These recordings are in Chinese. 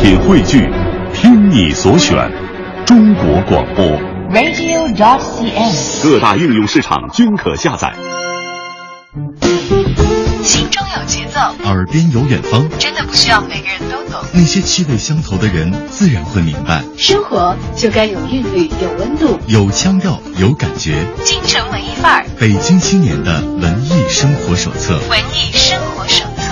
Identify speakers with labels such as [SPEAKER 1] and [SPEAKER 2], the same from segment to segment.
[SPEAKER 1] 品汇聚，听你所选，中国广播
[SPEAKER 2] radio.cn，
[SPEAKER 1] 各大应用市场均可下载。
[SPEAKER 2] 心中有节奏，
[SPEAKER 3] 耳边有远方，
[SPEAKER 2] 真的不需要每个人都懂。
[SPEAKER 3] 那些气味相投的人自然会明白，
[SPEAKER 2] 生活就该有韵律，有温度，
[SPEAKER 3] 有腔调，有感觉。
[SPEAKER 2] 京城文艺范儿，
[SPEAKER 3] 北京青年的文艺生活手册。
[SPEAKER 2] 文艺生活手册。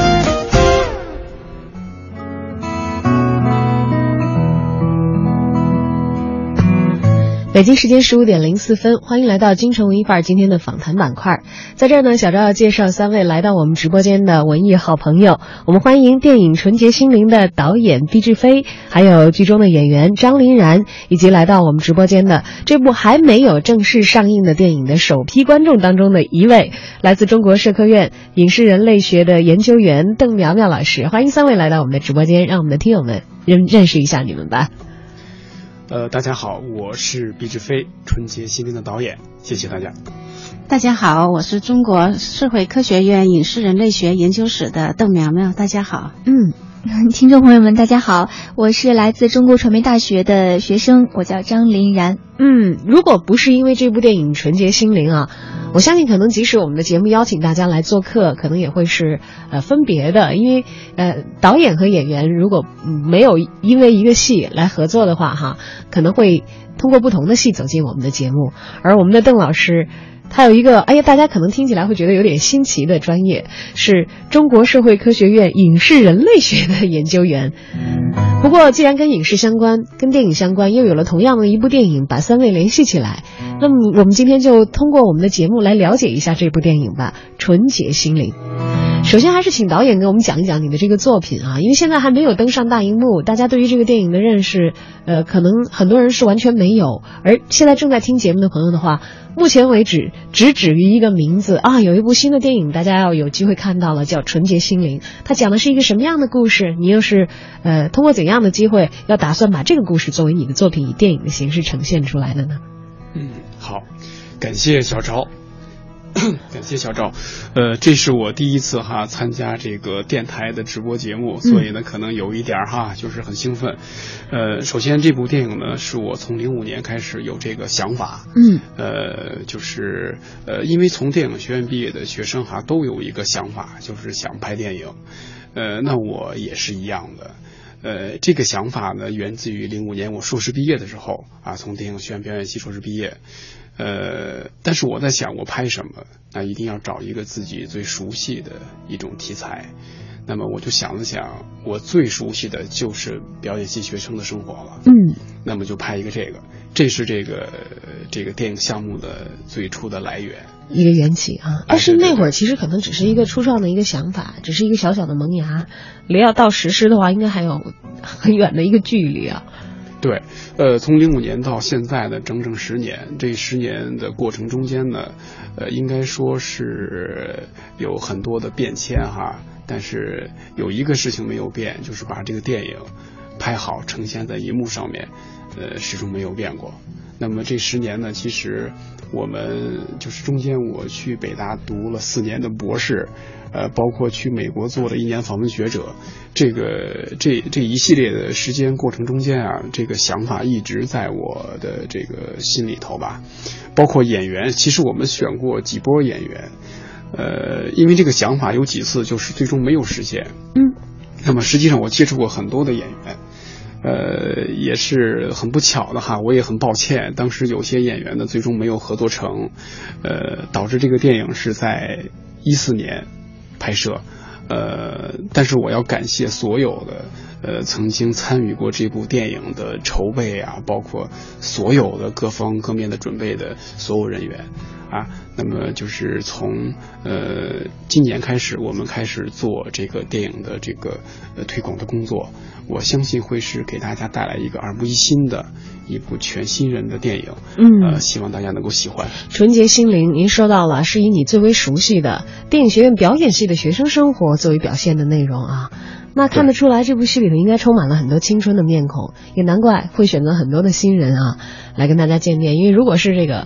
[SPEAKER 4] 北京时间15点04分，欢迎来到京城文艺范儿今天的访谈板块。在这儿呢，小赵要介绍3位来到我们直播间的文艺好朋友。我们欢迎电影《纯洁心灵》的导演毕志飞，还有剧中的演员张琳然，以及来到我们直播间的这部还没有正式上映的电影的首批观众当中的一位，来自中国社科院影视人类学的研究员邓苗苗老师。欢迎3位来到我们的直播间，让我们的听友们认识一下你们吧。
[SPEAKER 5] 大家好，我是毕志飞，纯洁心灵的导演，谢谢大家。
[SPEAKER 6] 大家好，我是中国社会科学院影视人类学研究室的邓苗苗，大家好。
[SPEAKER 7] 听众朋友们大家好，我是来自中国传媒大学的学生，我叫张琳然。
[SPEAKER 4] 如果不是因为这部电影《纯洁心灵》啊，我相信可能即使我们的节目邀请大家来做客，可能也会是分别的，因为导演和演员如果没有因为一个戏来合作的话哈，可能会通过不同的戏走进我们的节目。而我们的邓老师他有一个大家可能听起来会觉得有点新奇的专业，是中国社会科学院影视人类学的研究员。不过既然跟影视相关，跟电影相关，又有了同样的一部电影把3位联系起来，那么我们今天就通过我们的节目来了解一下这部电影吧，《纯洁心灵》。首先还是请导演给我们讲一讲你的这个作品啊，因为现在还没有登上大荧幕，大家对于这个电影的认识可能很多人是完全没有，而现在正在听节目的朋友的话，目前为止只止于一个名字啊，有一部新的电影大家要有机会看到了，叫《纯洁心灵》，它讲的是一个什么样的故事？你又是通过怎样的机会要打算把这个故事作为你的作品以电影的形式呈现出来的呢？
[SPEAKER 5] 好，感谢小赵。感谢小赵，这是我第一次参加这个电台的直播节目，所以呢可能有一点就是很兴奋。首先这部电影呢是我从05年开始有这个想法，就是因为从电影学院毕业的学生都有一个想法，就是想拍电影，那我也是一样的。这个想法呢源自于05年我硕士毕业的时候从电影学院表演系硕士毕业。但是我在想我拍什么，那一定要找一个自己最熟悉的一种题材。那么我就想了想，我最熟悉的就是表演系学生的生活了。那么就拍一个这是这个电影项目的最初的来源，
[SPEAKER 4] 一个缘起啊。但是那会儿其实可能只是一个初创的一个想法，只是一个小小的萌芽，离要到实施的话应该还有很远的一个距离啊。
[SPEAKER 5] 对，从05年到现在的整整10年，这10年的过程中间呢，应该说是有很多的变迁但是有一个事情没有变，就是把这个电影拍好呈现在银幕上面，始终没有变过。那么这10年呢，其实我们就是中间我去北大读了4年的博士，包括去美国做了1年访问学者，这一系列的时间过程中间这个想法一直在我的这个心里头吧。包括演员，其实我们选过几波演员，因为这个想法有几次就是最终没有实现。那么实际上我接触过很多的演员。也是很不巧的我也很抱歉，当时有些演员呢最终没有合作成，导致这个电影是在14年拍摄，但是我要感谢所有的曾经参与过这部电影的筹备包括所有的各方各面的准备的所有人员那么就是从今年开始，我们开始做这个电影的这个推广的工作，我相信会是给大家带来一个耳目一新的一部全新人的电影。希望大家能够喜欢。
[SPEAKER 4] 纯洁心灵，您说到了是以你最为熟悉的电影学院表演系的学生生活作为表现的内容那看得出来这部戏里头应该充满了很多青春的面孔，也难怪会选择很多的新人来跟大家见面。因为如果是这个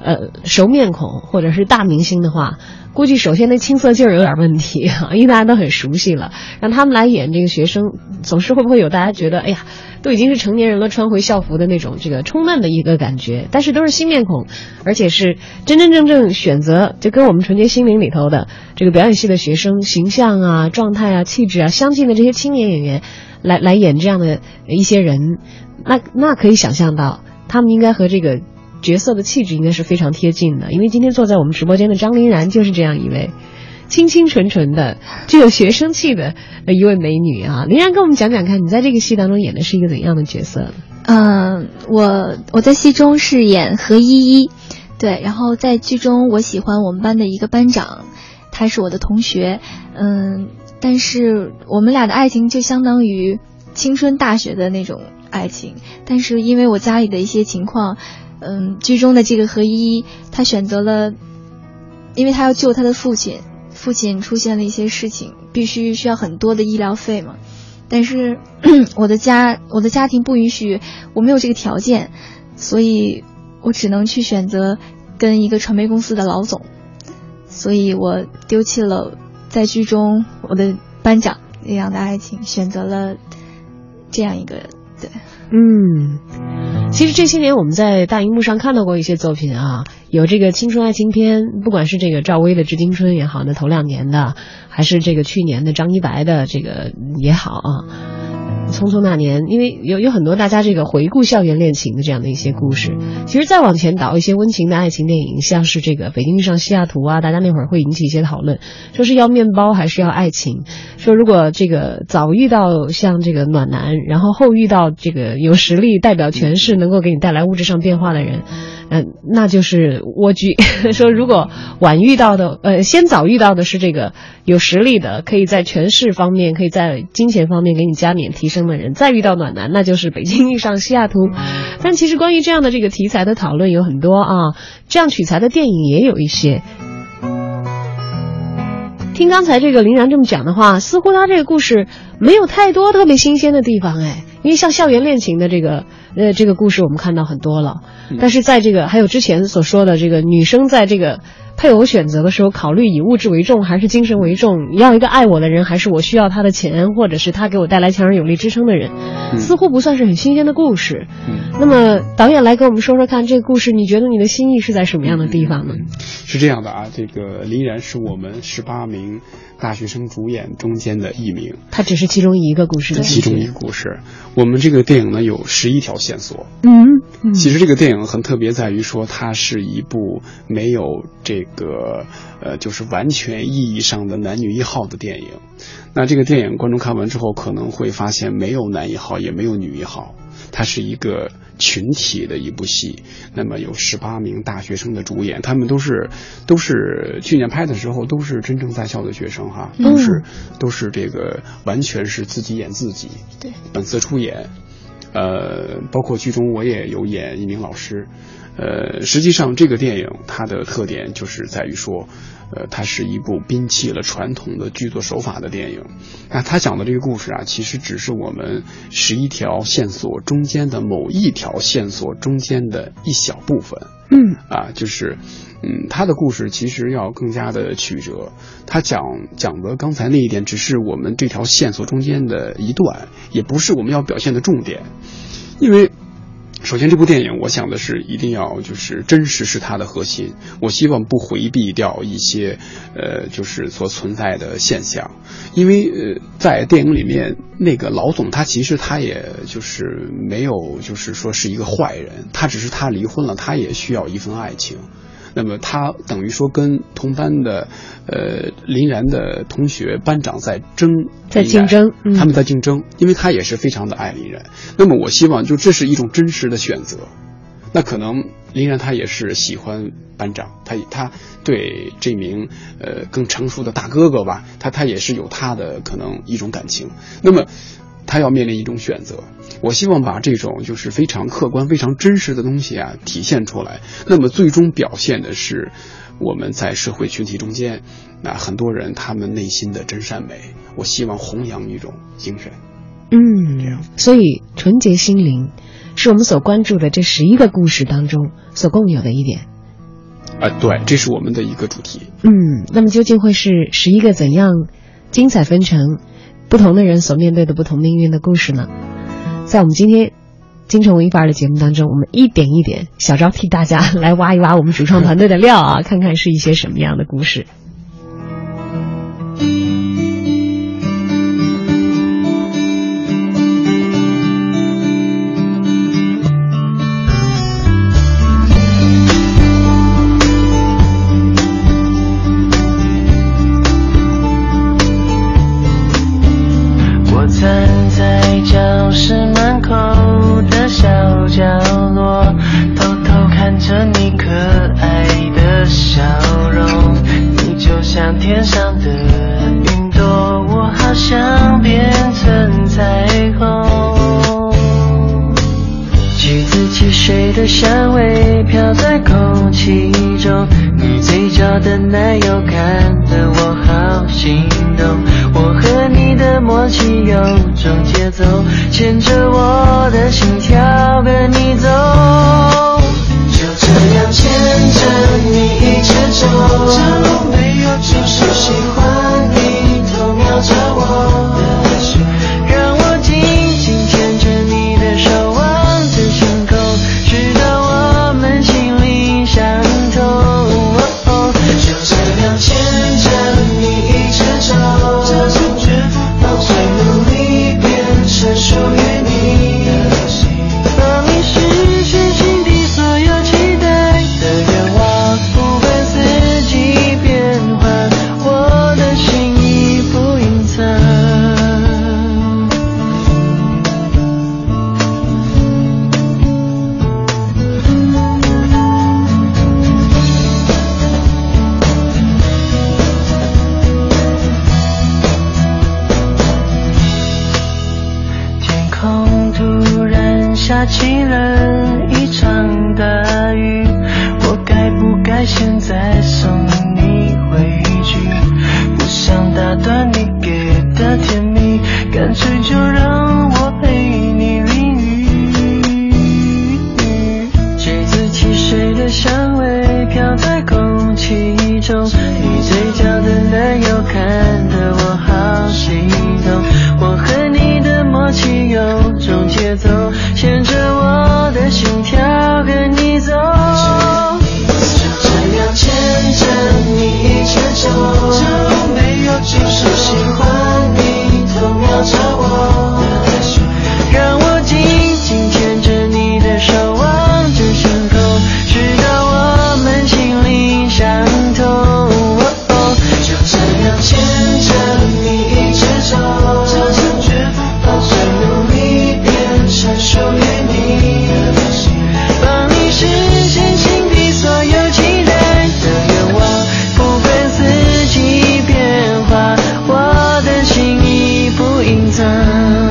[SPEAKER 4] 熟面孔或者是大明星的话，估计首先那青涩劲儿有点问题啊，因为大家都很熟悉了，让他们来演这个学生，总是会不会有大家觉得，哎呀，都已经是成年人了，穿回校服的那种这个冲闷的一个感觉。但是都是新面孔，而且是真真正正选择，就跟我们纯洁心灵里头的这个表演系的学生形象啊、状态啊、气质啊相近的这些青年演员来演这样的一些人，那可以想象到他们应该和这个角色的气质应该是非常贴近的。因为今天坐在我们直播间的张琳然就是这样一位清清纯纯的具有学生气的一位美女啊。琳然跟我们讲讲看，你在这个戏当中演的是一个怎样的角色呢？
[SPEAKER 7] 我在戏中是演何依依，对，然后在剧中我喜欢我们班的一个班长，他是我的同学，但是我们俩的爱情就相当于青春大学的那种爱情，但是因为我家里的一些情况，剧中的这个何依依，她选择了，因为她要救她的父亲出现了一些事情，需要很多的医疗费嘛，但是我的家庭不允许，我没有这个条件，所以我只能去选择跟一个传媒公司的老总，所以我丢弃了在剧中我的班长那样的爱情，选择了这样一个人。对，
[SPEAKER 4] 其实这些年我们在大荧幕上看到过一些作品啊，有这个青春爱情片，不管是这个赵薇的《致青春》也好，那头2年的，还是这个去年的张一白的这个也好啊，匆匆那年，因为有很多大家这个回顾校园恋情的这样的一些故事。其实再往前倒一些温情的爱情电影，像是这个北京遇上西雅图啊，大家那会儿会引起一些讨论，说是要面包还是要爱情，说如果这个早遇到像这个暖男，然后后遇到这个有实力代表权势能够给你带来物质上变化的人，那就是蜗居。说如果晚遇到的先早遇到的是这个有实力的，可以在权势方面，可以在金钱方面给你加冕提升的人，再遇到暖男，那就是北京遇上西雅图。但其实关于这样的这个题材的讨论有很多啊，这样取材的电影也有一些。听刚才这个琳然这么讲的话，似乎他这个故事没有太多特别新鲜的地方因为像校园恋情的这个故事我们看到很多了，但是在这个还有之前所说的这个女生在这个配偶选择的时候考虑以物质为重还是精神为重，要一个爱我的人还是我需要他的钱，或者是他给我带来强而有力支撑的人，似乎不算是很新鲜的故事。那么导演来跟我们说说看，这个故事你觉得你的心意是在什么样的地方呢？
[SPEAKER 5] 是这样的啊，这个琳然是我们18名大学生主演中间的1名，
[SPEAKER 4] 它只是其中一个故事的
[SPEAKER 5] 其中一个故事。我们这个电影呢有11条线索。其实这个电影很特别在于说，它是一部没有这个就是完全意义上的男女一号的电影。那这个电影观众看完之后可能会发现没有男一号也没有女一号，它是一个群体的一部戏。那么有18名大学生的主演，他们都是去年拍的时候都是真正在校的学生哈，都是这个完全是自己演自己，
[SPEAKER 7] 对，
[SPEAKER 5] 本色出演。包括剧中我也有演一名老师。实际上这个电影它的特点就是在于说，它是一部摒弃了传统的剧作手法的电影。那它讲的这个故事啊，其实只是我们11条线索中间的某一条线索中间的一小部分。就是他的故事其实要更加的曲折，他讲的刚才那一点只是我们这条线索中间的一段，也不是我们要表现的重点。因为首先这部电影我想的是一定要就是真实是它的核心，我希望不回避掉一些就是所存在的现象。因为在电影里面那个老总他其实他也就是没有就是说是一个坏人，他只是他离婚了，他也需要一份爱情。那么他等于说跟同班的琳然的同学班长在竞争，他们在竞争，因为他也是非常的爱琳然。那么我希望就这是一种真实的选择。那可能琳然他也是喜欢班长，他对这名更成熟的大哥哥吧，他也是有他的可能一种感情。那么他要面临一种选择，我希望把这种就是非常客观非常真实的东西啊体现出来。那么最终表现的是我们在社会群体中间很多人他们内心的真善美，我希望弘扬一种精神。这样。
[SPEAKER 4] 所以纯洁心灵是我们所关注的这11个故事当中所共有的一点，
[SPEAKER 5] 对，这是我们的一个主题。
[SPEAKER 4] 那么究竟会是11个怎样精彩纷呈、不同的人所面对的不同命运的故事呢？在我们今天京城文艺范儿的节目当中，我们一点一点小招替大家来挖一挖我们主创团队的料啊，看看是一些什么样的故事。
[SPEAKER 8] 的香味飘在空气中，你嘴角的奶油看得我好心动，我和你的默契有种节奏，牵着我的心跳跟你走，就这样牵着你一直走，这路没有就是喜欢你偷瞄着我的心，让我紧紧牵着你的手望着星空，直到我们心灵相通，就这样牵着你一直走，这种绝不到最努力变成属于你的心，帮你实现心底所有期待的愿望，不管四季变换，我的心意不隐藏。天空突然下起了一场大雨，我该不该现在送你回去？不想打断你给的甜蜜，干脆就让我陪你淋雨。橘子汽水的香味飘在空气中，你嘴角的奶油看得我好心动，我和你的默契有种节奏，牵着我的心跳跟你走，就这样牵着你一直走，这路没有就是喜欢你偷瞄着我的心，让我紧紧牵着你的手望着星空，直到我们心灵相通，就这样牵着你一直走，这种绝不到最努力变成属于你的心，帮你实现心底所有期待的愿望，不管四季变化，我的心意不隐藏。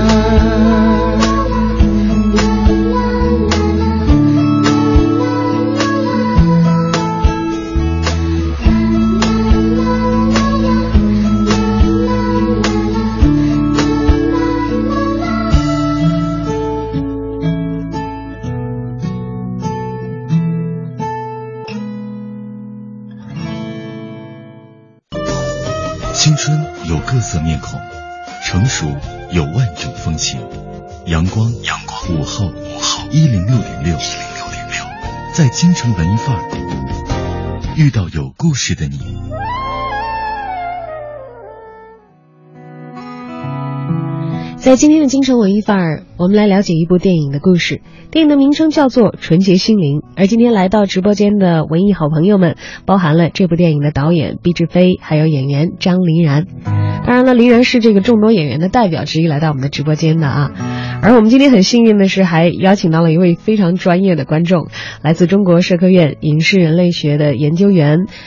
[SPEAKER 3] 青春有各色面孔，成熟有万种风情。阳光午后106.6，在京城文艺范儿遇到有故事的你。
[SPEAKER 4] 在今天的京城文艺范儿，我们来了解一部电影的故事。电影的名称叫做《纯洁心灵》，而今天来到直播间的文艺好朋友们，包含了这部电影的导演毕志飞，还有演员张黎然。当然了，黎然是这个众多演员的代表之一来到我们的直播间的啊。而我们今天很幸运的是，还邀请到了一位非常专业的观众，来自中国社科院影视人类学的研究员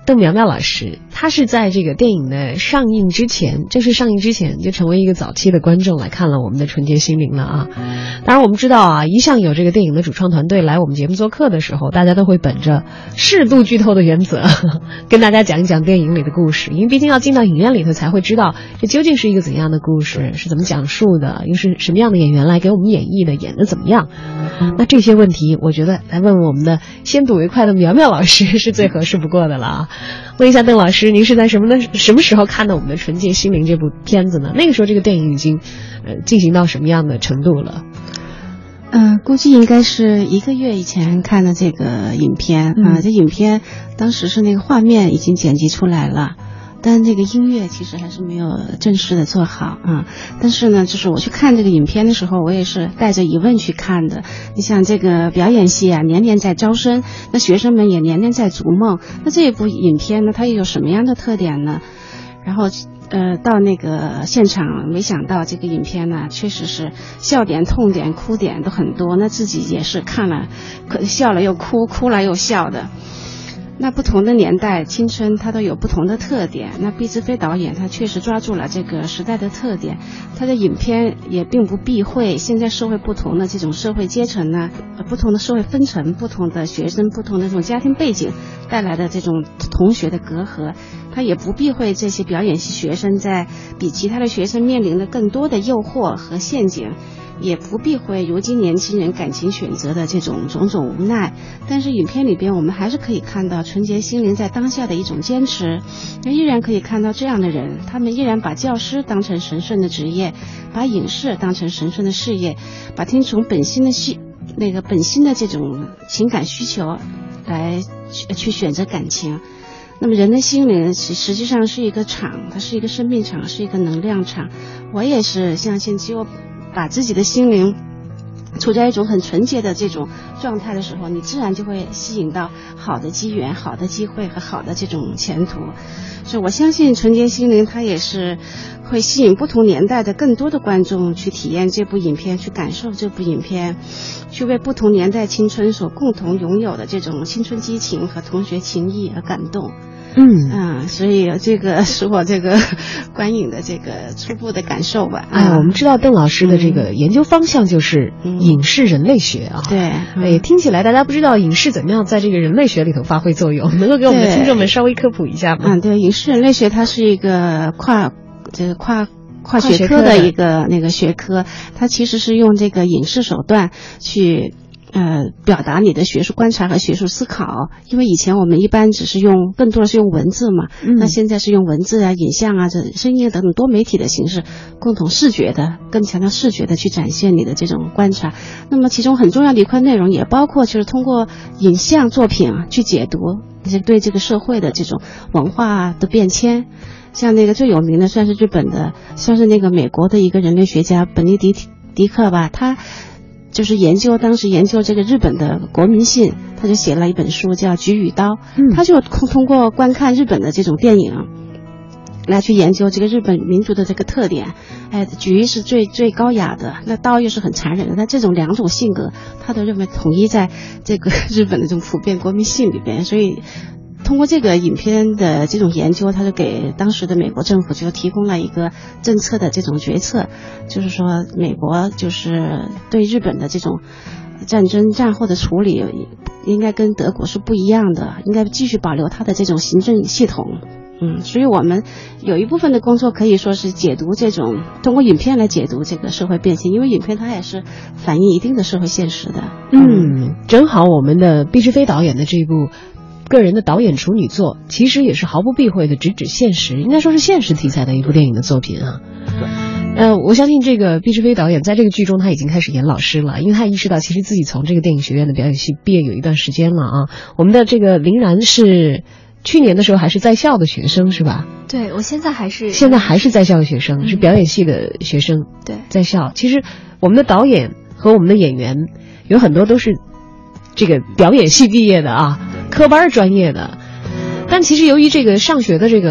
[SPEAKER 4] 邓苗苗老师，她是在这个电影的上映之前，正式上映之前就成为一个早期的观众来看了我们的纯洁心灵了啊。当然我们知道啊，一向有这个电影的主创团队来我们节目做客的时候，大家都会本着适度剧透的原则跟大家讲一讲电影里的故事，因为毕竟要进到影院里头才会知道这究竟是一个怎样的故事，是怎么讲述的，又是什么样的演员来给我们演绎的，演得怎么样。那这些问题我觉得来问问我们的先睹为快的苗苗老师是最合适不过的了啊。问一下邓老师，您是在什么时候看的我们的《纯洁心灵》这部片子呢？那个时候这个电影已经进行到什么样的程度了？
[SPEAKER 6] 估计应该是1个月以前看的这个影片啊。这影片当时是那个画面已经剪辑出来了，但这个音乐其实还是没有正式的做好啊。但是呢，就是我去看这个影片的时候，我也是带着疑问去看的。你像这个表演系啊，年年在招生，那学生们也年年在逐梦。那这一部影片呢，它又有什么样的特点呢？然后到那个现场，没想到这个影片呢，确实是笑点、痛点、哭点都很多。那自己也是看了，笑了又哭，哭了又笑的。那不同的年代青春它都有不同的特点，那毕志飞导演他确实抓住了这个时代的特点，他的影片也并不避讳现在社会不同的这种社会阶层呢，不同的社会分层，不同的学生，不同的这种家庭背景带来的这种同学的隔阂，他也不避讳这些表演系学生在比其他的学生面临的更多的诱惑和陷阱，也不避讳如今年轻人感情选择的这种种种无奈。但是影片里边我们还是可以看到纯洁心灵在当下的一种坚持，依然可以看到这样的人，他们依然把教师当成神圣的职业，把影视当成神圣的事业，把听从本心的这种情感需求来去选择感情。那么人的心灵实际上是一个场，它是一个生命场，是一个能量场。我也是相信，只有把自己的心灵处在一种很纯洁的这种状态的时候，你自然就会吸引到好的机缘、好的机会和好的这种前途。所以我相信纯洁心灵它也是会吸引不同年代的更多的观众去体验这部影片，去感受这部影片，去为不同年代青春所共同拥有的这种青春激情和同学情谊而感动。所以这个是我这个观影的这个初步的感受吧。
[SPEAKER 4] 我们知道邓老师的这个研究方向就是影视人类学啊。
[SPEAKER 6] 对，
[SPEAKER 4] 听起来大家不知道影视怎么样在这个人类学里头发挥作用，能够给我们的听众们稍微科普一下吗？
[SPEAKER 6] 对，影视人类学它是一个跨学科的一个那个学科，它其实是用这个影视手段去表达你的学术观察和学术思考。因为以前我们一般更多的是用文字嘛，那现在是用文字啊、影像啊、声音等等多媒体的形式，共同更强调视觉的去展现你的这种观察。那么其中很重要的一块内容也包括就是通过影像作品去解读对这个社会的这种文化的变迁。像那个最有名的算是那个美国的一个人类学家本尼迪克吧，他就是当时研究这个日本的国民性，他就写了一本书叫《菊与刀》，他就通过观看日本的这种电影来去研究这个日本民族的这个特点。菊是最高雅的，那刀又是很残忍的，那这种两种性格他都认为统一在这个日本的这种普遍国民性里边。所以通过这个影片的这种研究，他就给当时的美国政府就提供了一个政策的这种决策，就是说美国就是对日本的这种战后的处理应该跟德国是不一样的，应该继续保留它的这种行政系统。所以我们有一部分的工作可以说是通过影片来解读这个社会变迁，因为影片它也是反映一定的社会现实的。
[SPEAKER 4] 正好我们的毕志飞导演的这部个人的导演处女作，其实也是毫不避讳的直指现实，应该说是现实题材的一部电影的作品啊。我相信这个毕志飞导演在这个剧中他已经开始演老师了，因为他意识到其实自己从这个电影学院的表演系毕业有一段时间了啊。我们的这个林然是去年的时候还是在校的学生是吧？
[SPEAKER 7] 对，我现在还是
[SPEAKER 4] 在校的学生，是表演系的学生。
[SPEAKER 7] 对，
[SPEAKER 4] 在校。其实我们的导演和我们的演员有很多都是这个表演系毕业的啊，科班专业的。但其实由于这个上学的这个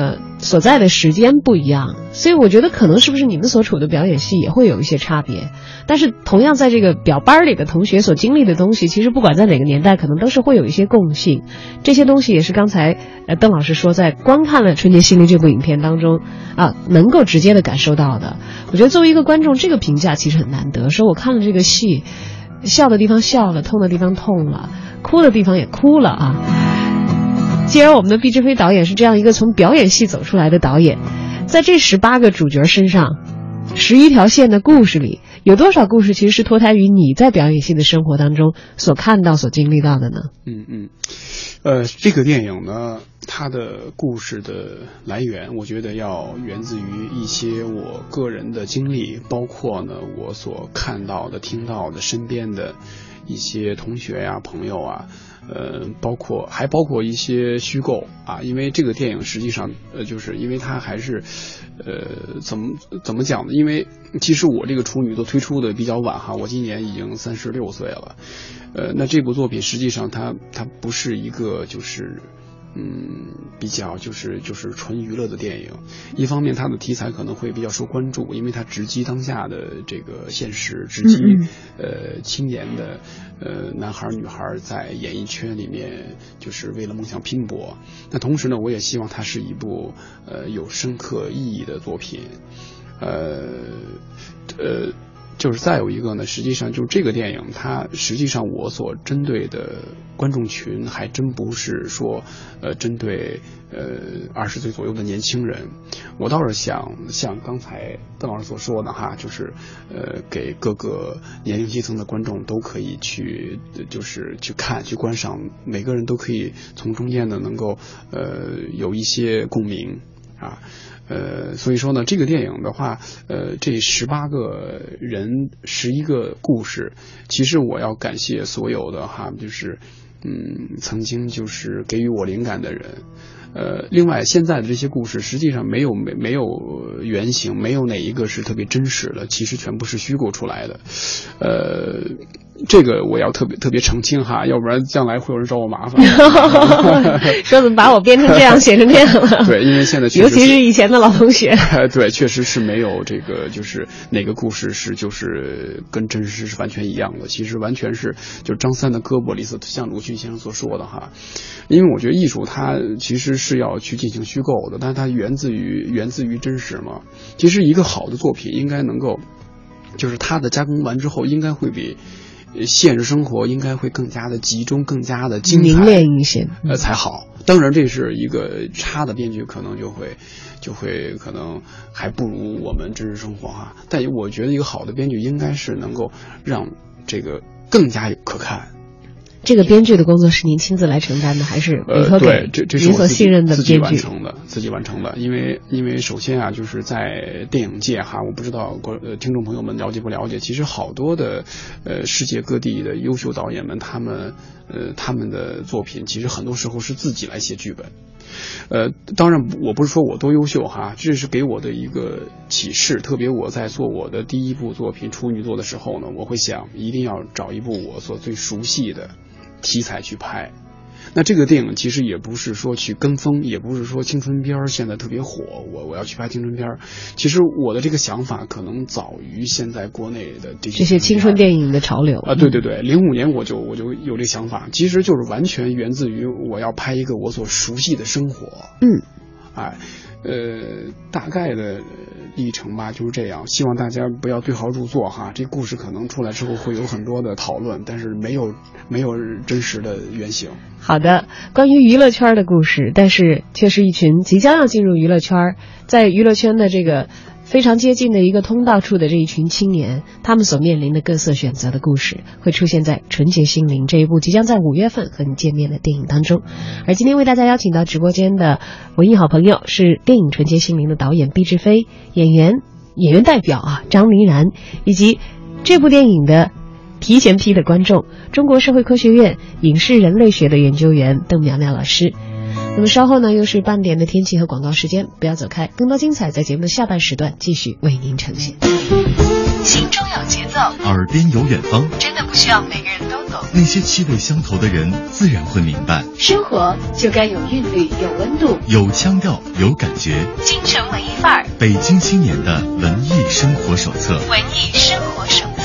[SPEAKER 4] 所在的时间不一样，所以我觉得可能是不是你们所处的表演系也会有一些差别。但是同样在这个表班里的同学所经历的东西，其实不管在哪个年代，可能都是会有一些共性。这些东西也是刚才邓老师说，在观看了《纯洁心灵》这部影片当中能够直接的感受到的。我觉得作为一个观众，这个评价其实很难得。说我看了这个戏，笑的地方笑了，痛的地方痛了，哭的地方也哭了啊。既然我们的毕志飞导演是这样一个从表演系走出来的导演，在这18个主角身上，11条线的故事里，有多少故事其实是脱胎于你在表演系的生活当中所看到、所经历到的呢？
[SPEAKER 5] 这个电影呢，它的故事的来源，我觉得要源自于一些我个人的经历，包括呢我所看到的、听到的身边的一些同学呀、朋友啊。包括一些虚构啊，因为这个电影实际上就是因为它还是怎么讲呢？因为其实我这个处女都推出的比较晚哈，我今年已经36岁了。那这部作品实际上它不是一个就是比较就是纯娱乐的电影。一方面它的题材可能会比较受关注，因为它直击当下的这个现实，直击青年的男孩女孩在演艺圈里面就是为了梦想拼搏。那同时呢，我也希望它是一部有深刻意义的作品。就是再有一个呢，实际上就是这个电影，它实际上我所针对的观众群还真不是说针对20岁左右的年轻人，我倒是想像刚才邓老师所说的哈，就是给各个年龄阶层的观众都可以去就是去看去观赏，每个人都可以从中间呢能够有一些共鸣啊。所以说呢，这个电影的话，这18个人11个故事，其实我要感谢所有的哈，就是曾经就是给予我灵感的人。另外现在的这些故事实际上没有原型，没有哪一个是特别真实的，其实全部是虚构出来的。这个我要特别澄清哈，要不然将来会有人找我麻烦。
[SPEAKER 4] 说怎么把我编成这样，写成这样了？
[SPEAKER 5] 对，因为现在
[SPEAKER 4] 尤其是以前的老同学。
[SPEAKER 5] 对，确实是没有这个，就是哪个故事是就是跟真实是完全一样的。其实完全是就是张三的胳膊里头，像鲁迅先生所说的哈。因为我觉得艺术它其实是要去进行虚构的，但是它源自于真实嘛。其实一个好的作品应该能够，就是它的加工完之后，应该会比现实生活应该会更加的集中，更加的精彩
[SPEAKER 4] 凝练一些
[SPEAKER 5] 才好。当然这是一个差的编剧可能就会可能还不如我们真实生活哈。但我觉得一个好的编剧应该是能够让这个更加可看。
[SPEAKER 4] 这个编剧的工作是您亲自来承担的，还是委托给您所信任的编剧？
[SPEAKER 5] 自己完成的。因为首先啊，就是在电影界哈，我不知道听众朋友们了解不了解，其实好多的世界各地的优秀导演们，他们的作品其实很多时候是自己来写剧本。当然我不是说我多优秀哈，这是给我的一个启示。特别我在做我的第一部作品处女作的时候呢，我会想一定要找一部我所最熟悉的题材去拍。那这个电影其实也不是说去跟风，也不是说青春片现在特别火，我要去拍青春片。其实我的这个想法可能早于现在国内的这
[SPEAKER 4] 些青春电影的潮流
[SPEAKER 5] 啊。对，05年我就有这想法，其实就是完全源自于我要拍一个我所熟悉的生活。大概的历程吧就是这样，希望大家不要对号入座哈。这故事可能出来之后会有很多的讨论，但是没有真实的原型。
[SPEAKER 4] 好的，关于娱乐圈的故事，但是却是一群即将要进入娱乐圈，在娱乐圈的这个非常接近的一个通道处的这一群青年，他们所面临的各色选择的故事，会出现在《纯洁心灵》这一部即将在5月份和你见面的电影当中。而今天为大家邀请到直播间的文艺好朋友是电影《纯洁心灵》的导演毕志飞，演员代表张黎然，以及这部电影的提前批的观众，中国社会科学院影视人类学的研究员邓苗苗老师。那么稍后呢，又是半点的天气和广告时间，不要走开，更多精彩在节目的下半时段继续为您呈现。
[SPEAKER 2] 心中有节奏，
[SPEAKER 3] 耳边有远方，
[SPEAKER 2] 真的不希望每个人都懂。
[SPEAKER 3] 那些气味相投的人自然会明白，
[SPEAKER 2] 生活就该有韵律，有温度，
[SPEAKER 3] 有腔调，有感觉。
[SPEAKER 2] 京城文艺范儿，
[SPEAKER 3] 北京青年的文艺生活手册。
[SPEAKER 2] 文艺生活手册。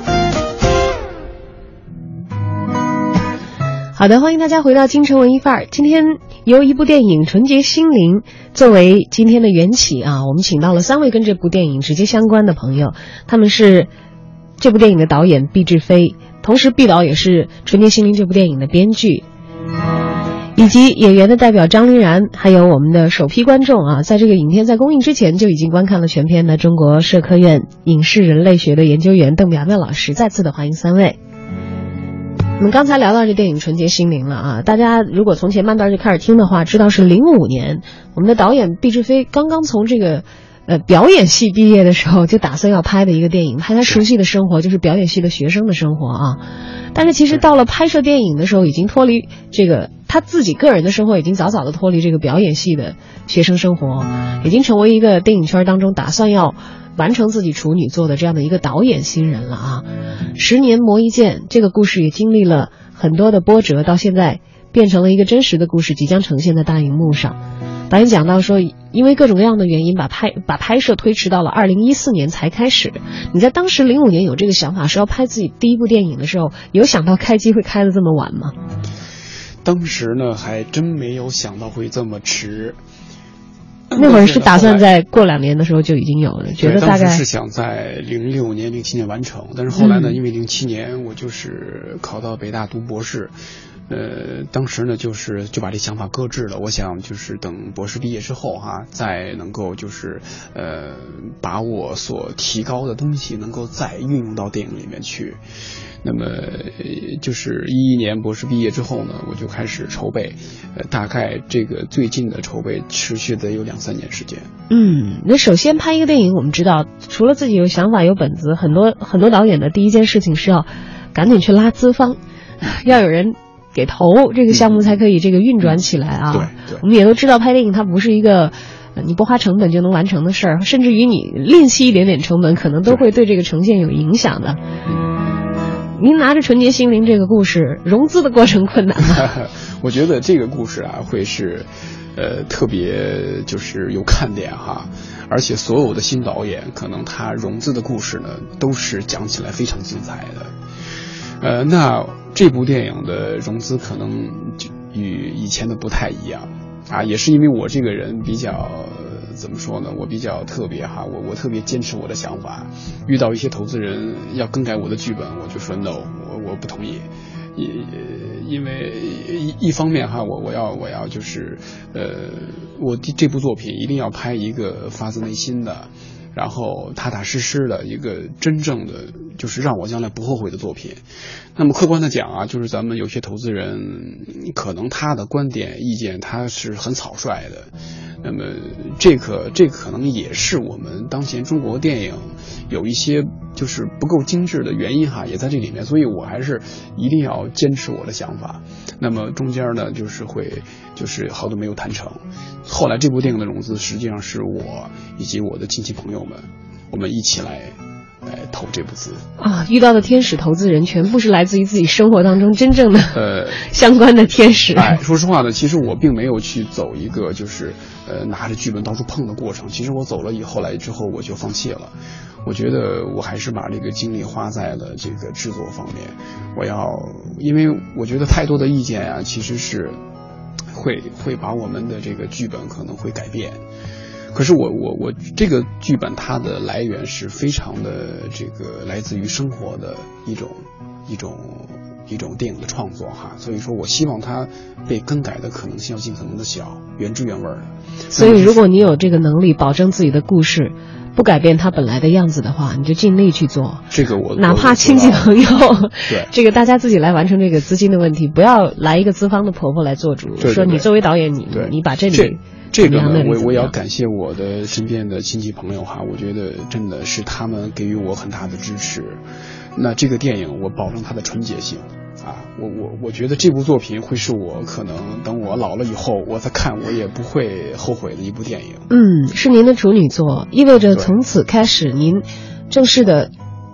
[SPEAKER 4] 好的，欢迎大家回到京城文艺范儿。今天由一部电影《纯洁心灵》作为今天的缘起啊，我们请到了3位跟这部电影直接相关的朋友，他们是这部电影的导演毕志飞，同时毕导也是《纯洁心灵》这部电影的编剧，以及演员的代表张琳然，还有我们的首批观众啊，在这个影片在公映之前就已经观看了全片的中国社科院影视人类学的研究员邓苗苗老师。再次的欢迎3位。我们刚才聊到这电影《纯洁心灵》了啊，大家如果从前半段就开始听的话，知道是05年，我们的导演毕志飞刚刚从这个表演系毕业的时候，就打算要拍的一个电影，拍他熟悉的生活，就是表演系的学生的生活啊。但是其实到了拍摄电影的时候，已经脱离这个他自己个人的生活，已经早早的脱离这个表演系的学生生活，已经成为一个电影圈当中打算要完成自己处女作的这样的一个导演新人了啊。10年磨一剑，这个故事也经历了很多的波折，到现在变成了一个真实的故事，即将呈现在大荧幕上。导演讲到说，因为各种各样的原因把拍摄推迟到了2014年才开始。你在当时05年有这个想法，是要拍自己第一部电影的时候，有想到开机会开得这么晚吗？
[SPEAKER 5] 当时呢，还真没有想到会这么迟。
[SPEAKER 4] 那会儿是打算在过2年的时候就已经有了，觉得大概
[SPEAKER 5] 当时是想在06年、07年完成，但是后来呢，因为07年我就是考到北大读博士。当时呢就把这想法搁置了，我想就是等博士毕业之后再能够就是把我所提高的东西能够再运用到电影里面去。那么就是11年博士毕业之后呢，我就开始筹备，大概这个最近的筹备持续的有2-3年时间。
[SPEAKER 4] 那首先拍一个电影，我们知道除了自己有想法有本子，很多导演的第一件事情是要赶紧去拉资方，要有人给投，这个项目才可以这个运转起来啊。
[SPEAKER 5] 对，
[SPEAKER 4] 我们也都知道拍电影它不是一个你不花成本就能完成的事儿，甚至于你吝惜一点点成本，可能都会对这个呈现有影响的。您拿着《纯洁心灵》这个故事，融资的过程困难吗？
[SPEAKER 5] 我觉得这个故事会是特别就是有看点而且所有的新导演可能他融资的故事呢都是讲起来非常精彩的。那这部电影的融资可能与以前的不太一样也是因为我这个人比较怎么说呢，我比较特别我特别坚持我的想法，遇到一些投资人要更改我的剧本，我就说 no， 我不同意。因为一方面我要就是我这部作品一定要拍一个发自内心的，然后踏踏实实的一个真正的就是让我将来不后悔的作品。那么客观的讲就是咱们有些投资人可能他的观点意见他是很草率的，那么这可能也是我们当前中国电影有一些就是不够精致的原因也在这里面，所以我还是一定要坚持我的想法。那么中间呢就是好多没有谈成，后来这部电影的融资实际上是我以及我的亲戚朋友们，我们一起来投这部资
[SPEAKER 4] 遇到的天使投资人全部是来自于自己生活当中真正的相关的天使。
[SPEAKER 5] 说实话呢，其实我并没有去走一个就是拿着剧本到处碰的过程，其实我走了后来之后我就放弃了。我觉得我还是把这个精力花在了这个制作方面，因为我觉得太多的意见其实是会把我们的这个剧本可能会改变。可是我这个剧本它的来源是非常的这个来自于生活的一种电影的创作所以说我希望它被更改的可能性要尽可能的小，原汁原味的。
[SPEAKER 4] 所以如果你有这个能力保证自己的故事不改变它本来的样子的话，你就尽力去做。
[SPEAKER 5] 这个
[SPEAKER 4] 哪怕亲戚朋友
[SPEAKER 5] 对
[SPEAKER 4] 这个大家自己来完成这个资金的问题，不要来一个资方的婆婆来做主，
[SPEAKER 5] 对
[SPEAKER 4] 说你作为导演你把这
[SPEAKER 5] 个呢我也要感谢我的身边的亲戚朋友我觉得真的是他们给予我很大的支持。那这个电影我保证它的纯洁性我觉得这部作品会是我可能等我老了以后我再看我也不会后悔的一部电影。
[SPEAKER 4] 是您的处女作，意味着从此开始您正式的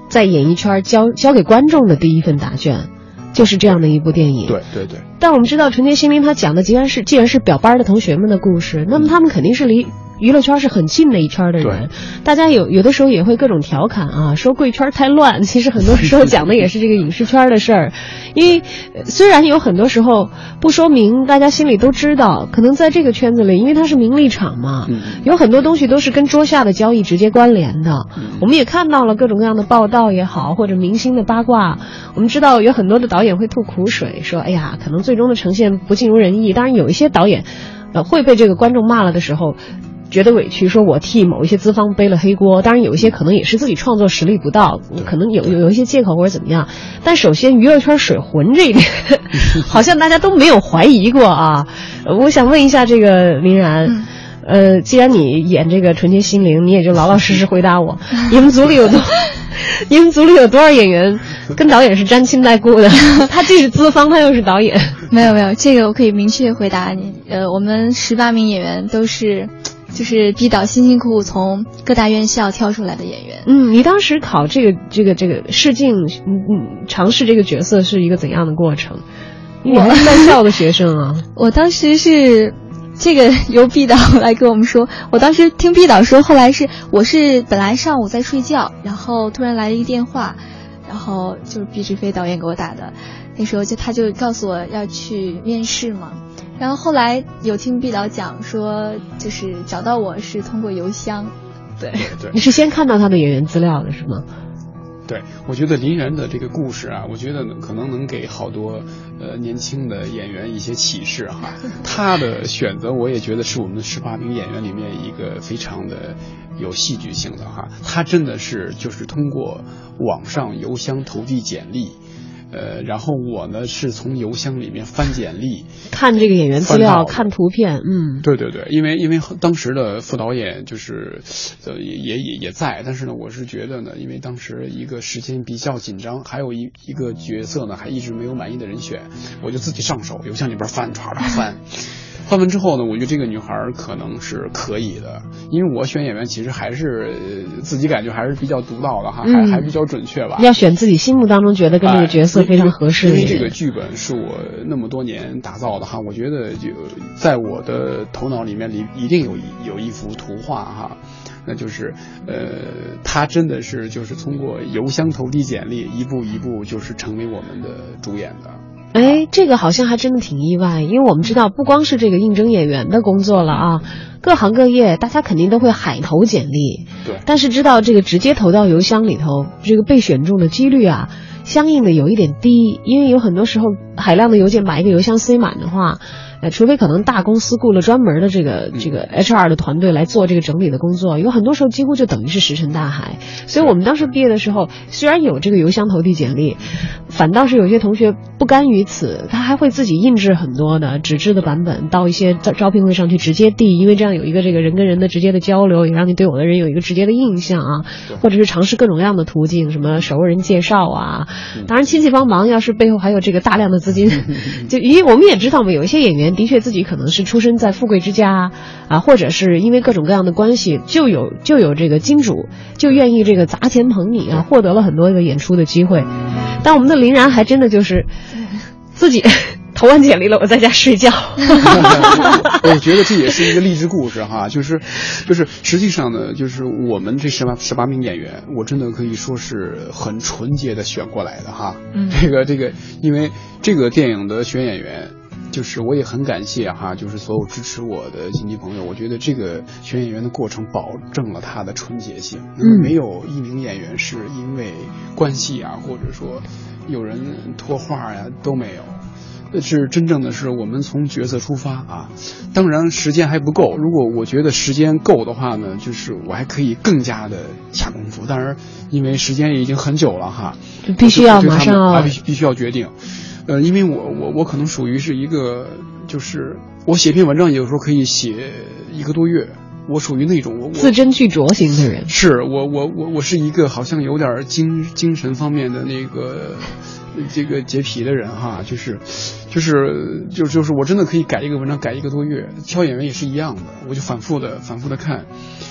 [SPEAKER 4] 在演艺圈交给观众的第一份答卷，就是这样的一部电影。
[SPEAKER 5] 对对对。
[SPEAKER 4] 但我们知道《纯洁心灵》它讲的既然是表班的同学们的故事，那么他们肯定是离娱乐圈是很近的一圈的人，大家有的时候也会各种调侃啊，说贵圈太乱，其实很多时候讲的也是这个影视圈的事儿。因为虽然有很多时候不说明，大家心里都知道，可能在这个圈子里，因为它是名利场嘛，有很多东西都是跟桌下的交易直接关联的。我们也看到了各种各样的报道也好，或者明星的八卦，我们知道有很多的导演会吐苦水，说哎呀，可能最终的呈现不尽如人意。当然有一些导演会被这个观众骂了的时候觉得委屈，说我替某一些资方背了黑锅。当然有一些可能也是自己创作实力不到，可能有一些借口或者怎么样。但首先娱乐圈水魂这一点好像大家都没有怀疑过啊。我想问一下这个林然，既然你演这个纯洁心灵，你也就老老实实回答我，你们组里有多少演员跟导演是沾亲带故的？他既是资方，他又是导演。
[SPEAKER 7] 没有，这个我可以明确回答你。我们18名演员都是就是毕导辛辛苦苦从各大院校挑出来的演员。
[SPEAKER 4] 你当时考这个试镜，尝试这个角色是一个怎样的过程？你还是在校的学生啊。
[SPEAKER 7] 我当时是这个由毕导来跟我们说，我当时听毕导说，后来我是本来上午在睡觉，然后突然来了一个电话，然后就是毕志飞导演给我打的，那时候他就告诉我要去面试嘛。然后后来有听毕导讲说，就是找到我是通过邮箱。对，
[SPEAKER 4] 你是先看到他的演员资料的是吗？
[SPEAKER 5] 对，我觉得林然的这个故事啊，我觉得可能能给好多年轻的演员一些启示哈。他的选择我也觉得是我们18名演员里面一个非常的有戏剧性的哈。他真的是就是通过网上邮箱投递简历。然后我呢是从邮箱里面翻简历，
[SPEAKER 4] 看这个演员资料，看图片，
[SPEAKER 5] 对，因为当时的副导演就是也在，但是呢，我是觉得呢，因为当时一个时间比较紧张，还有一个角色呢还一直没有满意的人选，我就自己上手邮箱里边翻，唰翻。翻完之后呢，我觉得这个女孩可能是可以的，因为我选演员其实还是自己感觉还是比较独到的哈，还比较准确吧。
[SPEAKER 4] 要选自己心目当中觉得跟这个角色非常合适的人。
[SPEAKER 5] 因为这个剧本是我那么多年打造的哈，我觉得就在我的头脑里面一定有一幅图画哈，那就是他真的是就是通过邮箱投递简历，一步一步就是成为我们的主演的。
[SPEAKER 4] 这个好像还真的挺意外，因为我们知道不光是这个应征演员的工作了啊，各行各业大家肯定都会海投简历，
[SPEAKER 5] 对，
[SPEAKER 4] 但是知道这个直接投到邮箱里头，这个被选中的几率啊，相应的有一点低，因为有很多时候海量的邮件把一个邮箱塞满的话，除非可能大公司雇了专门的这个 HR 的团队来做这个整理的工作，有很多时候几乎就等于是石沉大海。所以我们当时毕业的时候，虽然有这个邮箱投递简历，反倒是有些同学不甘于此，他还会自己印制很多的纸质的版本到一些招聘会上去直接递，因为这样有一个这个人跟人的直接的交流，也让你对我的人有一个直接的印象啊，或者是尝试各种各样的途径，什么熟人介绍啊，当然亲戚帮忙，要是背后还有这个大量的资金，就因为我们也知道嘛，有一些演员的确自己可能是出身在富贵之家啊，或者是因为各种各样的关系，就有这个金主就愿意这个砸钱捧你啊，获得了很多个演出的机会。但我们的林然还真的就是自己投完简历了，我在家睡觉。
[SPEAKER 5] 我觉得这也是一个励志故事哈，就是实际上呢，就是我们这18名演员，我真的可以说是很纯洁的选过来的哈。这个，因为这个电影的选演员。就是我也很感谢哈，就是所有支持我的亲戚朋友，我觉得这个选演员的过程保证了他的纯洁性，没有一名演员是因为关系啊，或者说有人托话呀，都没有。是真正的是我们从角色出发啊，当然时间还不够，如果我觉得时间够的话呢，就是我还可以更加的下功夫，当然因为时间也已经很久了哈，
[SPEAKER 4] 必须要马上
[SPEAKER 5] 必须要决定。因为我可能属于是一个，就是我写篇文章有时候可以写1个多月，我属于那种
[SPEAKER 4] 字斟句酌型的人。
[SPEAKER 5] 是我是一个好像有点精神方面的那个这个洁癖的人哈，就是我真的可以改一个文章改1个多月，挑演员也是一样的，我就反复的看。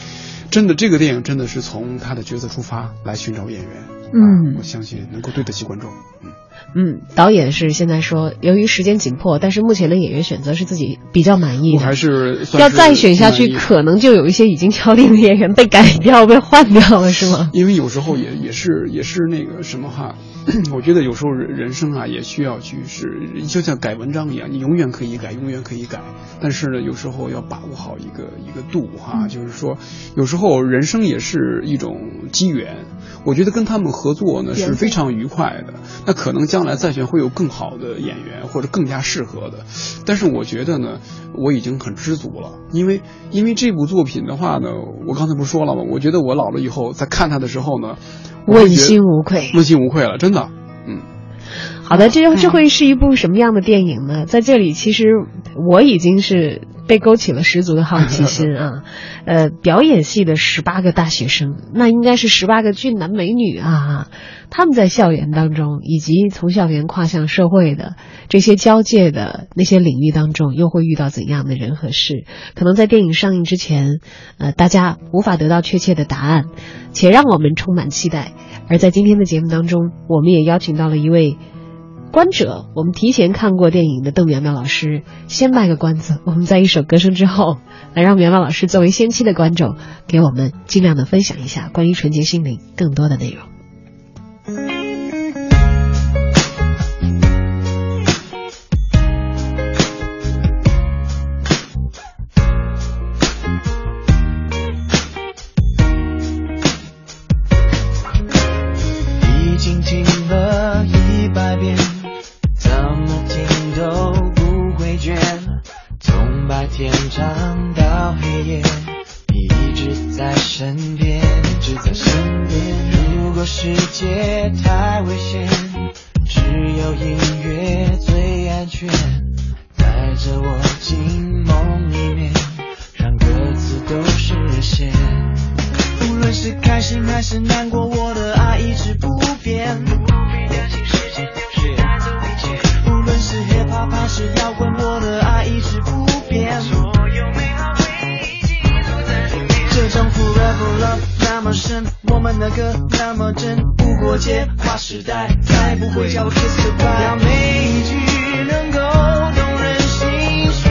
[SPEAKER 5] 真的这个电影真的是从他的角色出发来寻找演员，我相信能够对得起观众。
[SPEAKER 4] 导演是现在说，由于时间紧迫，但是目前的演员选择是自己比较满意的，
[SPEAKER 5] 我还是
[SPEAKER 4] 要再选下去，可能就有一些已经敲定的演员被改掉、被换掉了，是吗？
[SPEAKER 5] 因为有时候也是那个什么哈，我觉得有时候人生啊也需要去就像改文章一样，你永远可以改，但是呢，有时候要把握好一个度哈，就是说有时候人生也是一种机缘。我觉得跟他们合作呢是非常愉快的，那可能将来再选会有更好的演员或者更加适合的，但是我觉得呢，我已经很知足了，因为这部作品的话呢，我刚才不是说了吗？我觉得我老了以后在看它的时候呢，
[SPEAKER 4] 问心无愧
[SPEAKER 5] 了，真的。
[SPEAKER 4] 好的，这会是一部什么样的电影呢？在这里，其实我已经是被勾起了十足的好奇心啊。表演系的18个大学生，那应该是18个俊男美女啊。他们在校园当中，以及从校园跨向社会的这些交界的那些领域当中，又会遇到怎样的人和事？可能在电影上映之前，大家无法得到确切的答案，且让我们充满期待。而在今天的节目当中，我们也邀请到了一位观者，我们提前看过电影的邓苗苗老师先卖个关子，我们在一首歌声之后，来让苗苗老师作为先期的观众，给我们尽量的分享一下关于纯洁心灵更多的内容。
[SPEAKER 8] 已经听了100遍，怎么听都不会倦，从白天长到黑夜，你一直在身边，一直在身边。如果世界太危险，只有音乐最安全，带着我进梦里面，让歌词都实现。无论是开心还是难过，我的爱一直不变，不必担心时间流逝带走一切。无论是 hip hop 还是摇滚，我的爱一直不变，所有美好回忆记录在里面。这种 forever love 那么深，我们的歌那么真，不过界划时代，再不会叫我 kiss goodbye。让每一句能够动人心弦，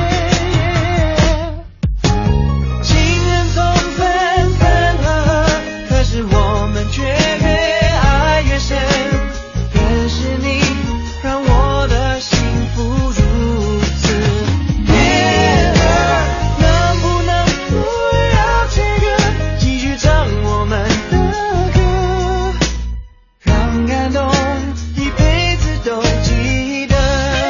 [SPEAKER 8] 情人总分分合合，可是我们却越爱越深。认识你让我的幸福如此烈热，能不能不要切割，继续唱我们的歌，让感动一辈子都记得。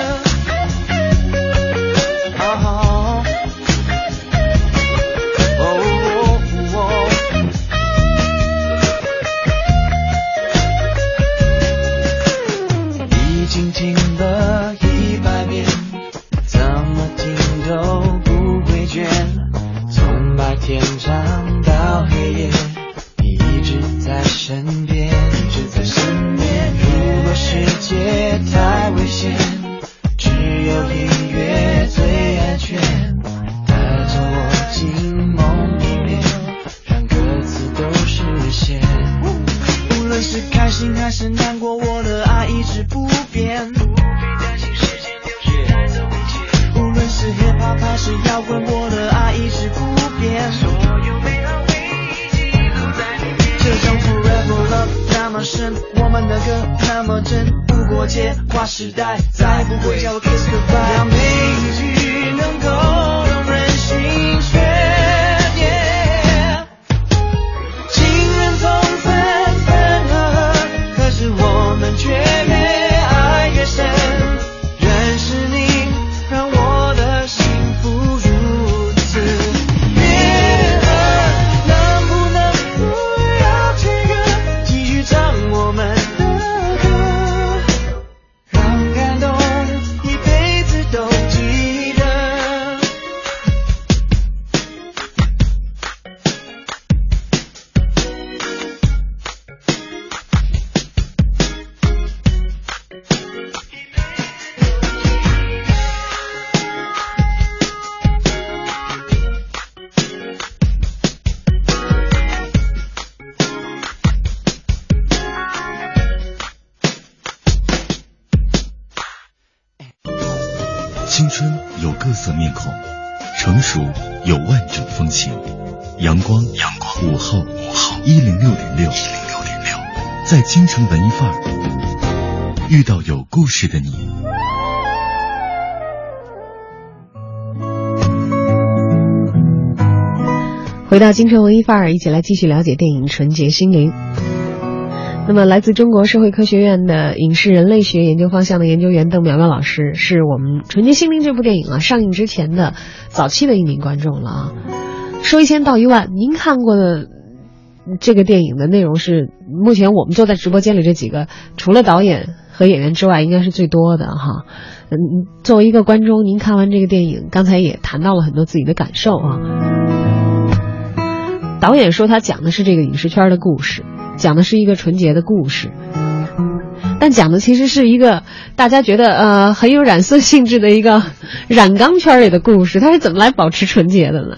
[SPEAKER 8] 已经听了100遍，怎么听都不会倦，从白天长到黑夜，你一直在身边，一直在身边。如果世界太危险，只有音乐最安全，带着我进梦里面，让歌词都实现。无论是开心还是难过，我的爱一直不变，不必担心时间流逝带走一切。无论是 hip hop 还是摇滚，我的爱一直不变，所有美好回忆记录在里面。这种 forever love 那么深，我们的歌那么真，不过界划时代，再不会叫我 kiss goodbye。让每一句能够动人心弦，情人总分分合合，可是我们却越爱越深。认识你让我的幸福如此烈热，能不能不要切割，继续唱我们的歌，让感动一辈子都记得。
[SPEAKER 3] 青春有各色面孔，成熟有万种风情。阳光午后106.6，在京城文艺范儿遇到有故事的你。
[SPEAKER 4] 回到京城文艺范儿，一起来继续了解电影《纯洁心灵》。那么来自中国社会科学院的影视人类学研究方向的研究员邓淼淼老师，是我们《纯洁心灵》这部电影上映之前的早期的一名观众了啊。说1000道1万，您看过的这个电影的内容是目前我们坐在直播间里这几个除了导演和演员之外应该是最多的哈。作为一个观众，您看完这个电影，刚才也谈到了很多自己的感受啊。导演说他讲的是这个影视圈的故事，讲的是一个纯洁的故事，但讲的其实是一个大家觉得很有染色性质的一个染缸圈里的故事。他是怎么来保持纯洁的呢？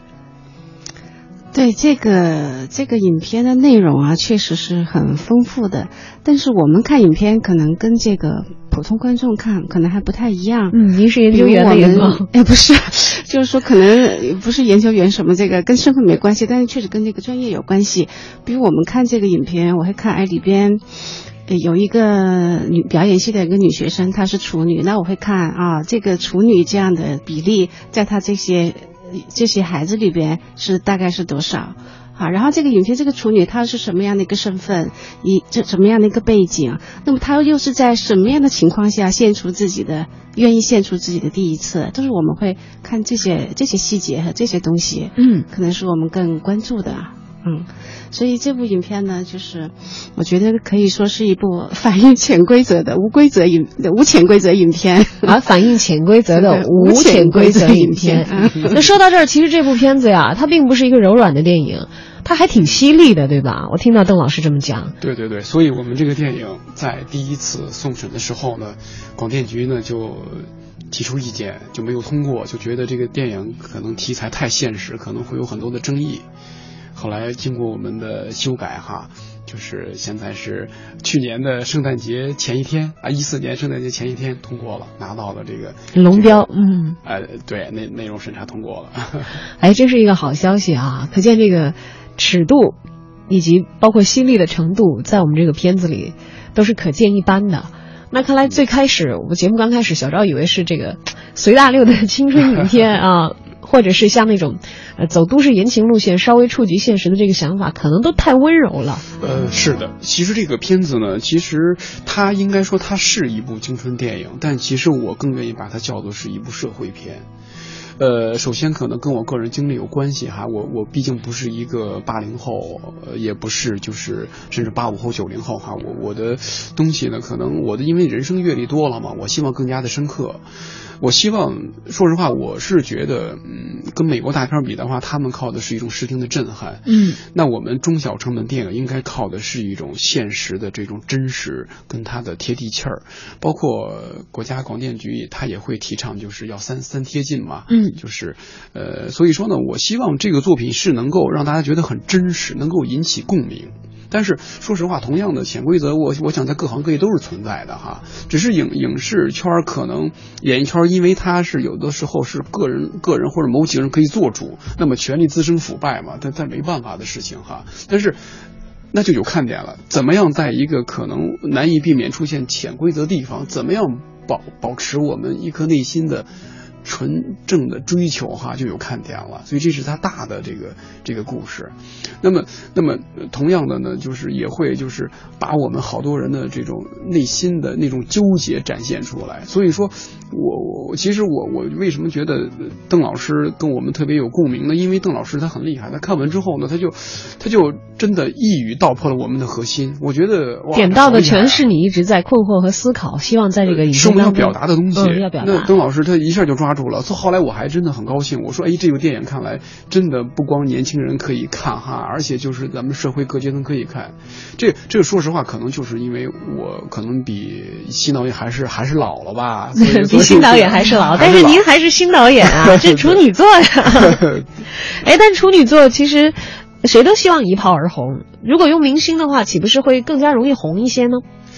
[SPEAKER 6] 对，这个影片的内容啊，确实是很丰富的，但是我们看影片可能跟这个普通观众看可能还不太一样。
[SPEAKER 4] 您是研究员的眼光？
[SPEAKER 6] 不是，就是说可能不是研究员什么，这个跟身份没关系，但是确实跟这个专业有关系。比如我们看这个影片，我会看里边有一个表演系的一个女学生，她是处女，那我会看这个处女这样的比例在她这些孩子里边是大概是多少然后这个影片这个处女她是什么样的一个身份，什么样的一个背景，那么她又是在什么样的情况下愿意献出自己的第一次，都是我们会看这些细节和这些东西，可能是我们更关注的。所以这部影片呢，就是我觉得可以说是一部反映潜规则的无潜规则影片
[SPEAKER 4] 反映潜规则的无潜规则影片。那说到这儿，其实这部片子呀，它并不是一个柔软的电影，它还挺犀利的，对吧？我听到邓老师这么讲。
[SPEAKER 5] 对，所以我们这个电影在第一次送审的时候呢，广电局呢就提出意见，就没有通过，就觉得这个电影可能题材太现实，可能会有很多的争议。后来经过我们的修改就是现在是去年的圣诞节前一天14年圣诞节前一天通过了，拿到了这个
[SPEAKER 4] 龙标。
[SPEAKER 5] 对，内容审查通过了。
[SPEAKER 4] 这是一个好消息啊！可见这个尺度以及包括犀利的程度，在我们这个片子里都是可见一斑的。那看来最开始我们节目刚开始，小赵以为是这个随大溜的青春影片或者是像那种走都市言情路线，稍微触及现实的这个想法，可能都太温柔了。
[SPEAKER 5] 是的，其实这个片子呢，其实它应该说它是一部青春电影，但其实我更愿意把它叫做是一部社会片。首先可能跟我个人经历有关系我毕竟不是一个80后，也不是就是甚至85后90后我的东西呢，可能我的因为人生阅历多了嘛，我希望更加的深刻。我希望说实话，我是觉得跟美国大片比的话，他们靠的是一种视听的震撼，那我们中小成本电影应该靠的是一种现实的这种真实跟它的贴地气儿。包括国家广电局它也会提倡就是要三贴近嘛，就是所以说呢，我希望这个作品是能够让大家觉得很真实，能够引起共鸣。但是说实话，同样的潜规则我想在各行各业都是存在的只是影视圈可能演艺圈，因为它是有的时候是个人或者某几个人可以做主，那么权力滋生腐败嘛，但没办法的事情但是那就有看点了，怎么样在一个可能难以避免出现潜规则的地方，怎么样保持我们一颗内心的纯正的追求就有看点了。所以这是它大的这个故事。那么同样的呢，就是也会就是把我们好多人的这种内心的那种纠结展现出来。所以说其实我为什么觉得邓老师跟我们特别有共鸣呢？因为邓老师他很厉害，他看完之后呢，他就真的一语道破了我们的核心。我觉得
[SPEAKER 4] 点到的全是你一直在困惑和思考，希望在这个影片当中
[SPEAKER 5] 要表达的东西。
[SPEAKER 4] 要表达。
[SPEAKER 5] 那邓老师他一下就抓住了。后来我还真的很高兴，我说这部电影看来真的不光年轻人可以看而且就是咱们社会各阶层可以看。这个说实话，可能就是因为我可能比新导演还是老了吧。
[SPEAKER 4] 比新导演还是老，但是您还是新导演这处女座但处女座其实谁都希望一炮而红，如果用明星的话，岂不是会更加容易红一些呢？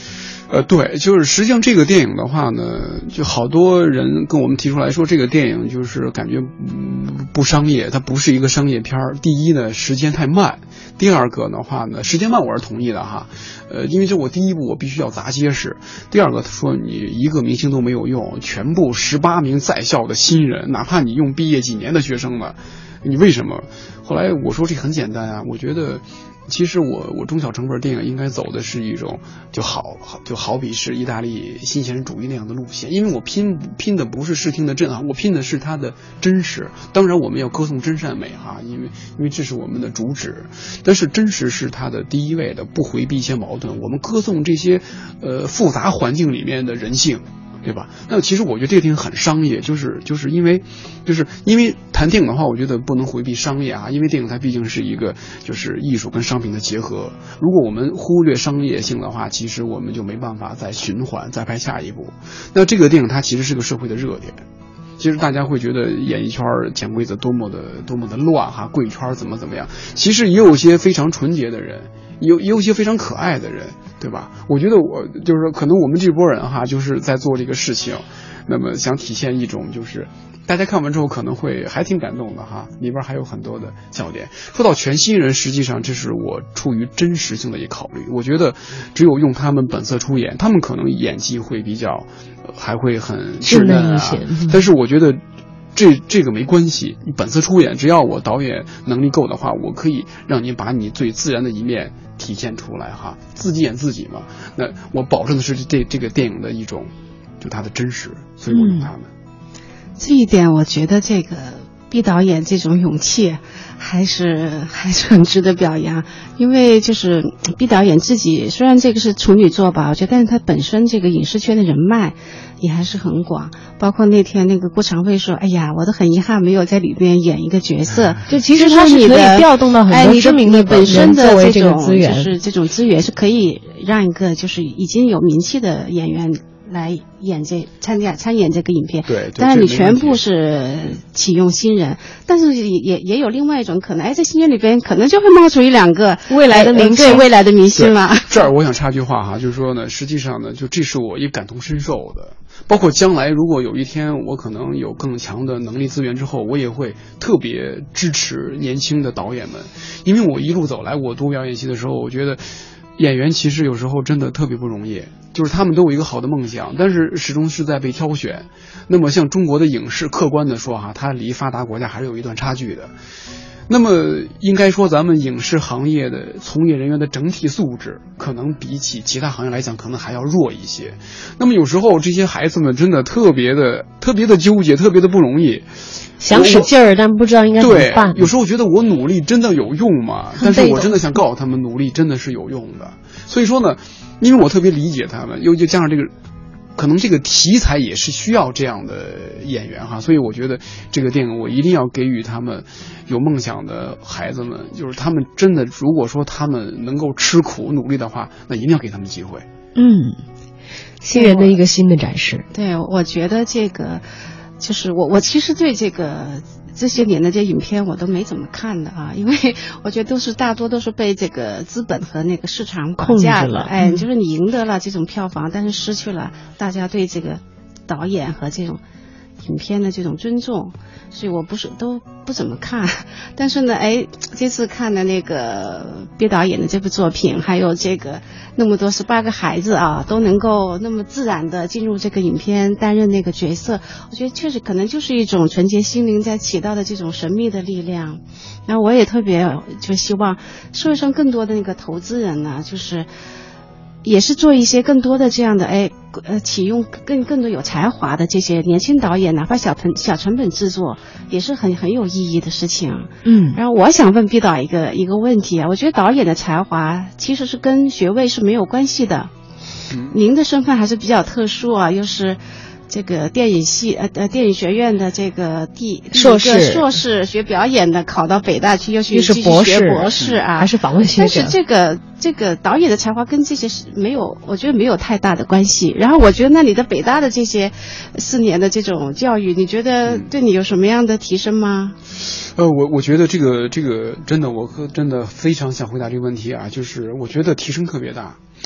[SPEAKER 5] 对，就是实际上这个电影的话呢，就好多人跟我们提出来说，这个电影就是感觉不商业，它不是一个商业片儿。第一呢，时间太慢；第二个的话呢，时间慢我是同意的哈，因为这我第一部我必须要砸结实。第二个，他说你一个明星都没有用，全部18名在校的新人，哪怕你用毕业几年的学生呢，你为什么？后来我说这很简单啊，我觉得。其实我中小成本电影应该走的是一种就好比是意大利新现实主义那样的路线，因为我拼的不是视听的震撼，我拼的是它的真实。当然我们要歌颂真善美哈，因为这是我们的主旨，但是真实是它的第一位的，不回避一些矛盾。我们歌颂这些复杂环境里面的人性。对吧？那其实我觉得这个电影很商业，就是因为谈电影的话，我觉得不能回避商业啊，因为电影它毕竟是一个就是艺术跟商品的结合。如果我们忽略商业性的话，其实我们就没办法再循环再拍下一部。那这个电影它其实是个社会的热点。其实大家会觉得演艺圈潜规则多么的乱哈，贵圈怎么样？其实也有一些非常纯洁的人，也有一些非常可爱的人，对吧？我觉得我就是说可能我们这波人哈，就是在做这个事情，那么想体现一种就是大家看完之后可能会还挺感动的哈，里边还有很多的笑点。说到全新人，实际上这是我出于真实性的一个考虑，我觉得只有用他们本色出演，他们可能演技会比较还会很稚嫩啊，但是我觉得这个没关系，你本色出演，只要我导演能力够的话，我可以让你把你最自然的一面体现出来哈，自己演自己嘛。那我保证的是这个电影的一种就它的真实，所以我用他们。
[SPEAKER 6] 这一点我觉得这个毕导演这种勇气还是很值得表扬，因为就是毕导演自己虽然这个是处女作吧，我觉得但是他本身这个影视圈的人脉也还是很广，包括那天那个顾长卫说，哎呀，我都很遗憾没有在里边演一个角色，
[SPEAKER 4] 就其实他是可以调动到很多知名的
[SPEAKER 6] 本身的
[SPEAKER 4] 这种资源，
[SPEAKER 6] 就是这种资源是可以让一个就是已经有名气的演员来参演这个影片，
[SPEAKER 5] 对，
[SPEAKER 6] 当然你全部是启用新人，但是也有另外一种可能，这新人里边可能就会冒出1-2个
[SPEAKER 4] 未来的明星，
[SPEAKER 6] 未来的明星了。
[SPEAKER 5] 这儿我想插句话哈，就是说呢，实际上呢，就这是我也感同身受的。包括将来如果有一天我可能有更强的能力资源之后，我也会特别支持年轻的导演们，因为我一路走来，我读表演系的时候，我觉得演员其实有时候真的特别不容易，就是他们都有一个好的梦想，但是始终是在被挑选。那么像中国的影视，客观的说哈，它离发达国家还是有一段差距的。那么应该说咱们影视行业的从业人员的整体素质可能比起其他行业来讲可能还要弱一些。那么有时候这些孩子们真的特别的纠结，特别的不容易，
[SPEAKER 4] 想使劲儿但不知道应该怎么办。
[SPEAKER 5] 对，有时候我觉得我努力真的有用吗？但是我真的想告诉他们，努力真的是有用的。所以说呢，因为我特别理解他们，又加上这个可能这个题材也是需要这样的演员哈，所以我觉得这个电影我一定要给予他们有梦想的孩子们，就是他们真的如果说他们能够吃苦努力的话，那一定要给他们机会。
[SPEAKER 4] 新人的一个新的展示。
[SPEAKER 6] 对，我觉得这个就是我其实对这些年的这影片我都没怎么看的啊，因为我觉得大多都是被这个资本和那个市场绑架了。就是你赢得了这种票房，但是失去了大家对这个导演和这种影片的这种尊重，所以我都不怎么看。但是呢，这次看的那个毕导演的这部作品，还有这个那么多18个孩子啊，都能够那么自然的进入这个影片担任那个角色，我觉得确实可能就是一种纯洁心灵在起到的这种神秘的力量。然后我也特别就希望社会上更多的那个投资人呢，就是也是做一些更多的这样的启用更多有才华的这些年轻导演，哪怕小成本制作也是很有意义的事情。然后我想问毕导一个问题啊，我觉得导演的才华其实是跟学位是没有关系的。您的身份还是比较特殊啊，又是这个电影学院的这个硕士学表演的，考到北大去又去继续学博士啊，
[SPEAKER 4] 还是访问学者。
[SPEAKER 6] 但是这个导演的才华跟这些是我觉得没有太大的关系。然后我觉得那你的北大的这些4年的这种教育，你觉得对你有什么样的提升吗？
[SPEAKER 5] 我觉得这个真的，我真的非常想回答这个问题啊，就是我觉得提升特别大。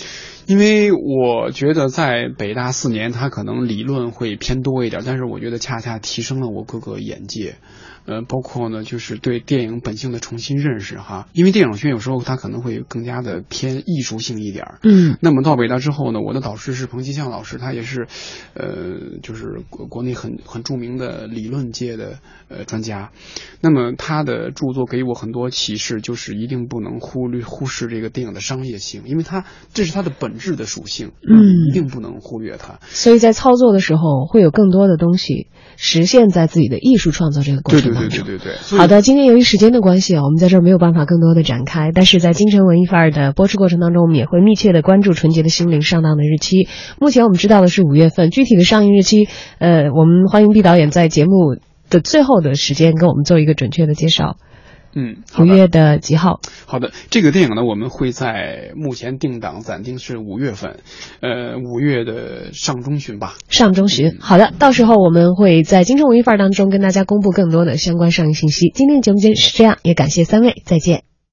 [SPEAKER 5] 因为我觉得在北大4年，它可能理论会偏多一点，但是我觉得恰恰提升了我各个眼界。包括呢，就是对电影本性的重新认识哈，因为电影学有时候它可能会更加的偏艺术性一点。那么到北大之后呢，我的导师是彭基相老师，他也是，就是国内很著名的理论界的专家。那么他的著作给我很多启示，就是一定不能忽视这个电影的商业性，因为这是它的本质的属性，一定不能忽略它。
[SPEAKER 4] 所以在操作的时候，会有更多的东西实现在自己的艺术创作这个过程当中。
[SPEAKER 5] 对。
[SPEAKER 4] 好的，今天由于时间的关系我们在这儿没有办法更多的展开，但是在京城文艺范儿的播出过程当中，我们也会密切的关注《纯洁的心灵》上档的日期。目前我们知道的是5月份，具体的上映日期，我们欢迎毕导演在节目的最后的时间跟我们做一个准确的介绍。5月的几号？
[SPEAKER 5] 好的，这个电影呢，我们会在目前定档暂定是5月份，5月的上中旬吧。
[SPEAKER 4] 上中旬，好的，到时候我们会在京城文艺范儿当中跟大家公布更多的相关上映信息。今天的节目就是这样，也感谢3位，再见。